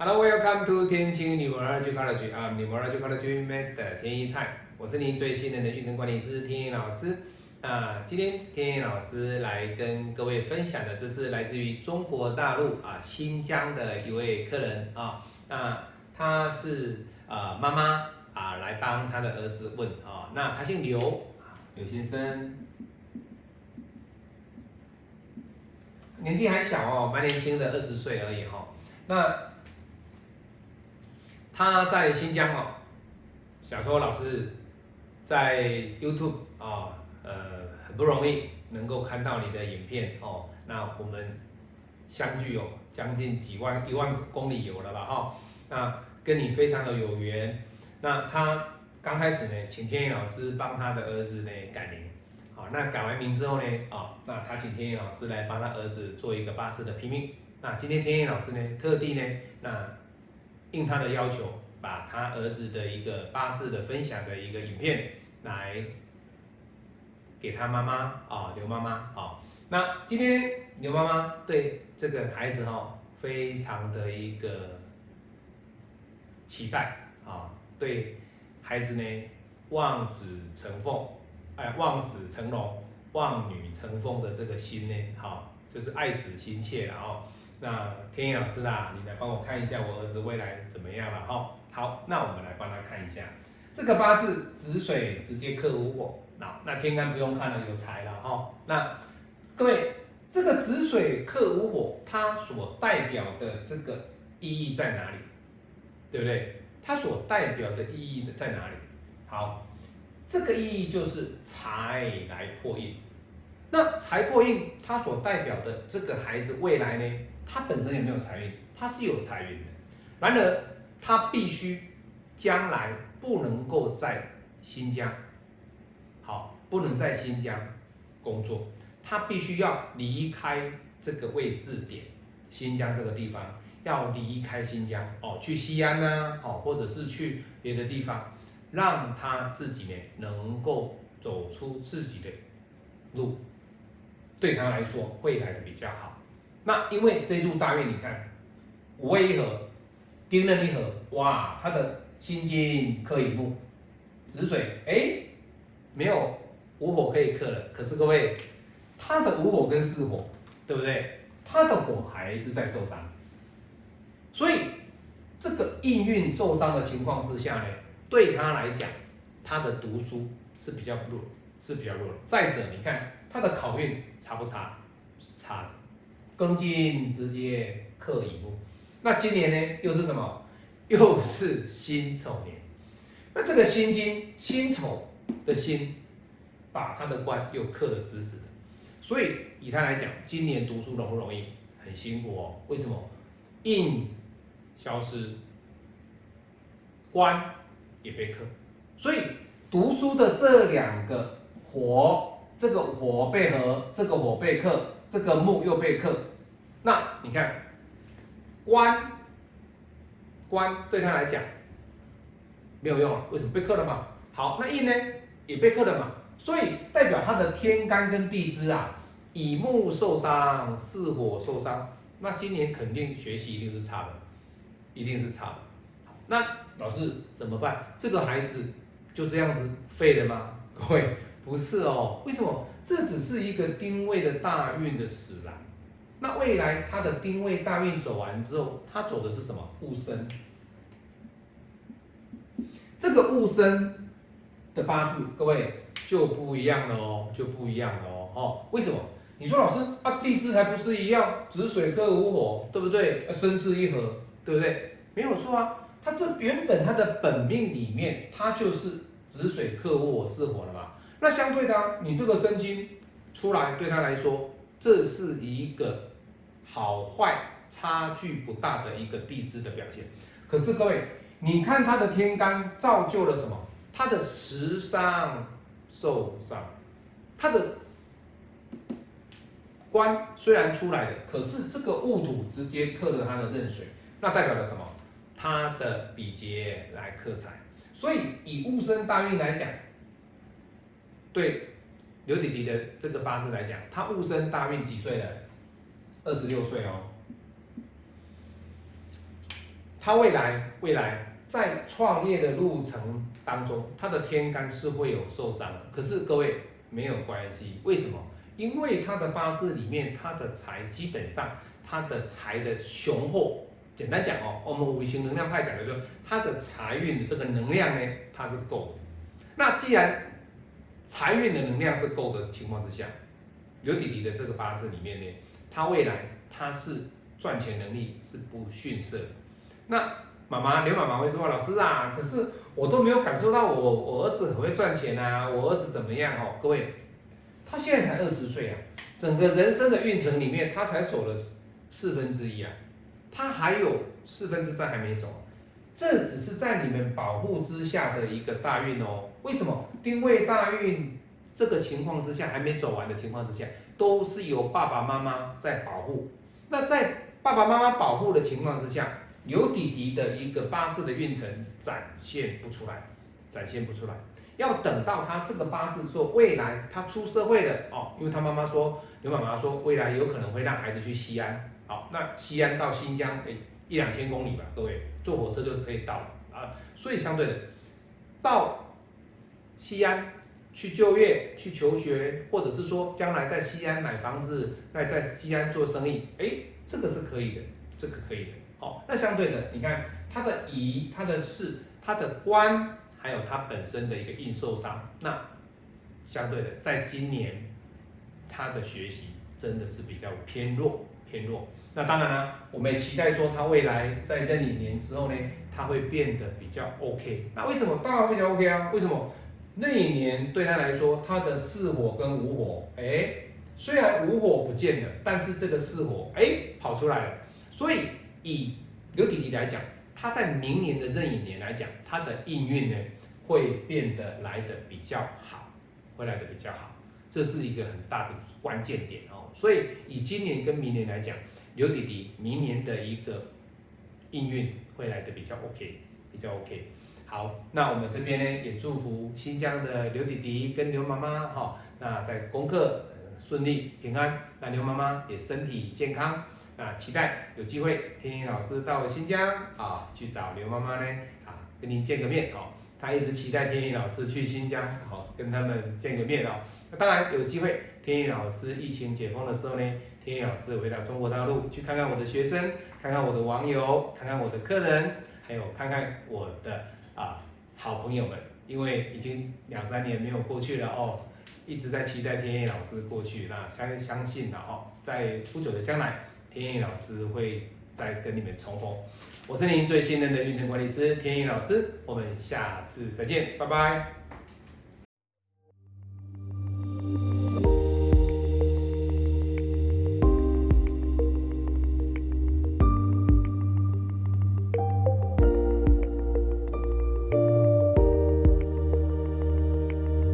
Hello, welcome to 天晴 Numerology College. I'm Numerology College Master 天一菜，我是您最信任的运程管理师天一老师。今天天一老师来跟各位分享的，这是来自于中国大陆新疆的一位客人啊。那他是妈妈来帮他的儿子问啊。那他姓刘刘先生，年纪还小哦，蛮年轻的，20岁而已哈。那他在新疆哦，想说老师在 YouTube 很不容易能够看到你的影片哦。那我们相距有将近1万公里有了吧哈。那跟你非常的有缘。那他刚开始呢，请天意老师帮他的儿子呢改名。好，那改完名之后呢，那他请天意老师来帮他儿子做一个8字的批命。那今天天意老师呢，特地呢，应他的要求，把他儿子的一个8字的分享的一个影片来给他妈妈刘妈妈那今天刘妈妈对这个孩子非常的一个期待对孩子呢望子成凤，望子成龙，望女成凤的这个心呢，就是爱子心切了那天意老师你来帮我看一下我儿子未来怎么样了好，那我们来帮他看一下这个8字子水直接克午火，那天干不用看了，有财了那各位，这个子水克午火，它所代表的这个意义在哪里？对不对？它所代表的意义在哪里？好，这个意义就是财来破印。那财破印，它所代表的这个孩子未来呢，他本身有没有财运？他是有财运的，然而他必须将来不能够在新疆，不能在新疆工作，他必须要离开这个位置点，新疆这个地方，要离开新疆去西安或者是去别的地方，让他自己呢能够走出自己的路，对他来说会来的比较好。那因为这一柱大运，你看五位一合，丁壬一合，哇，他的辛金克乙木，子水没有午火可以克了，可是各位，他的午火跟巳火，对不对？他的火还是在受伤，所以这个应运受伤的情况之下呢，对他来讲，他的读书是比较弱，的。再者，你看他的考运差不差？是差的。庚金直接克乙木，那今年呢又是什么？又是辛丑年。那这个辛金辛丑的辛，把他的官又克得死死的。所以以他来讲，今年读书容不容易？很辛苦哦。为什么？印消失，官也被克，所以读书的这2个火，这个火被合，这个火被克，这个木又被克。那你看，官对他来讲没有用了，为什么？被克了嘛。好，那印呢也被克了嘛，所以代表他的天干跟地支乙木受伤，巳火受伤，那今年肯定学习一定是差的，一定是差的。那老师怎么办？这个孩子就这样子废了吗？各位不是哦，为什么？这只是一个丁位的大运的使然。那未来他的丁位大运走完之后，他走的是什么？戊申。这个戊申的8字，各位就不一样了哦，为什么？你说老师地支还不是一样，子水克午火，对不对？申巳一合，对不对？没有错啊。他这原本他的本命里面，他就是子水克午火巳火了嘛。那相对的你这个申金出来，对他来说，这是一个好坏差距不大的一个地支的表现。可是各位，你看他的天干造就了什么？他的食伤受伤，他的官虽然出来了，可是这个戊土直接克了他的壬水，那代表了什么？他的比劫来克财。所以以戊申大运来讲，对刘弟弟的这个8字来讲，他戊申大运几岁了？26岁哦。 他未来在创业的路程当中，他的天干是会有受伤的。可是各位没有关系，为什么？因为他的八字里面，他的财基本上他的财的雄厚。简单讲哦，我们五行能量派讲的就是他的财运的这个能量呢，它是够的。那既然财运的能量是够的情况之下，刘弟弟的这个八字里面呢，他未来他是赚钱能力是不逊色的。那刘妈妈会说，老师啊，可是我都没有感受到我儿子很会赚钱啊，我儿子怎么样哦？各位，他现在才20岁啊，整个人生的运程里面，他才走了1/4啊，他还有3/4还没走。这只是在你们保护之下的一个大运哦。为什么？丁未大运这个情况之下还没走完的情况之下，都是由爸爸妈妈在保护。那在爸爸妈妈保护的情况之下，刘弟弟的一个八字的运程展现不出来。要等到他这个八字做未来他出社会的哦，因为他刘妈妈说未来有可能会让孩子去西安。好，那西安到新疆1-2千公里吧，各位坐火车就可以到了啊。所以相对的，到西安去就业、去求学，或者是说将来在西安买房子，那在西安做生意，这个是可以的，这个可以的。好，那相对的，你看他的乙、他的巳、他的官，还有他本身的一个应受伤，那相对的，在今年他的学习真的是比较偏弱。那当然啦，我们也期待说他未来在壬寅年之后呢，他会变得比较 OK。那为什么？当然会比较 OK 啊。为什么？壬寅年对他来说，他的巳火跟午火，虽然午火不见了，但是这个巳火，跑出来了。所以以刘弟弟来讲，他在明年的壬寅年来讲，他的应运呢会变得来得比较好，这是一个很大的关键点哦。所以以今年跟明年来讲，刘弟弟明年的一个应运会来得比较 OK。好，那我们这边呢也祝福新疆的刘弟弟跟刘妈妈哈，那在功课顺利平安，那刘妈妈也身体健康。那期待有机会天一老师到新疆啊去找刘妈妈呢跟您见个面哦。他一直期待天一老师去新疆跟他们见个面哦。那当然有机会，天一老师疫情解封的时候呢，天一老师回到中国大陆去看看我的学生，看看我的网友，看看我的客人，还有看看我的好朋友们，因为已经2-3年没有过去了哦，一直在期待天一老师过去。那相信在不久的将来，天一老师会再跟你们重逢。我是您最信任的运程管理师天一老师，我们下次再见，拜拜。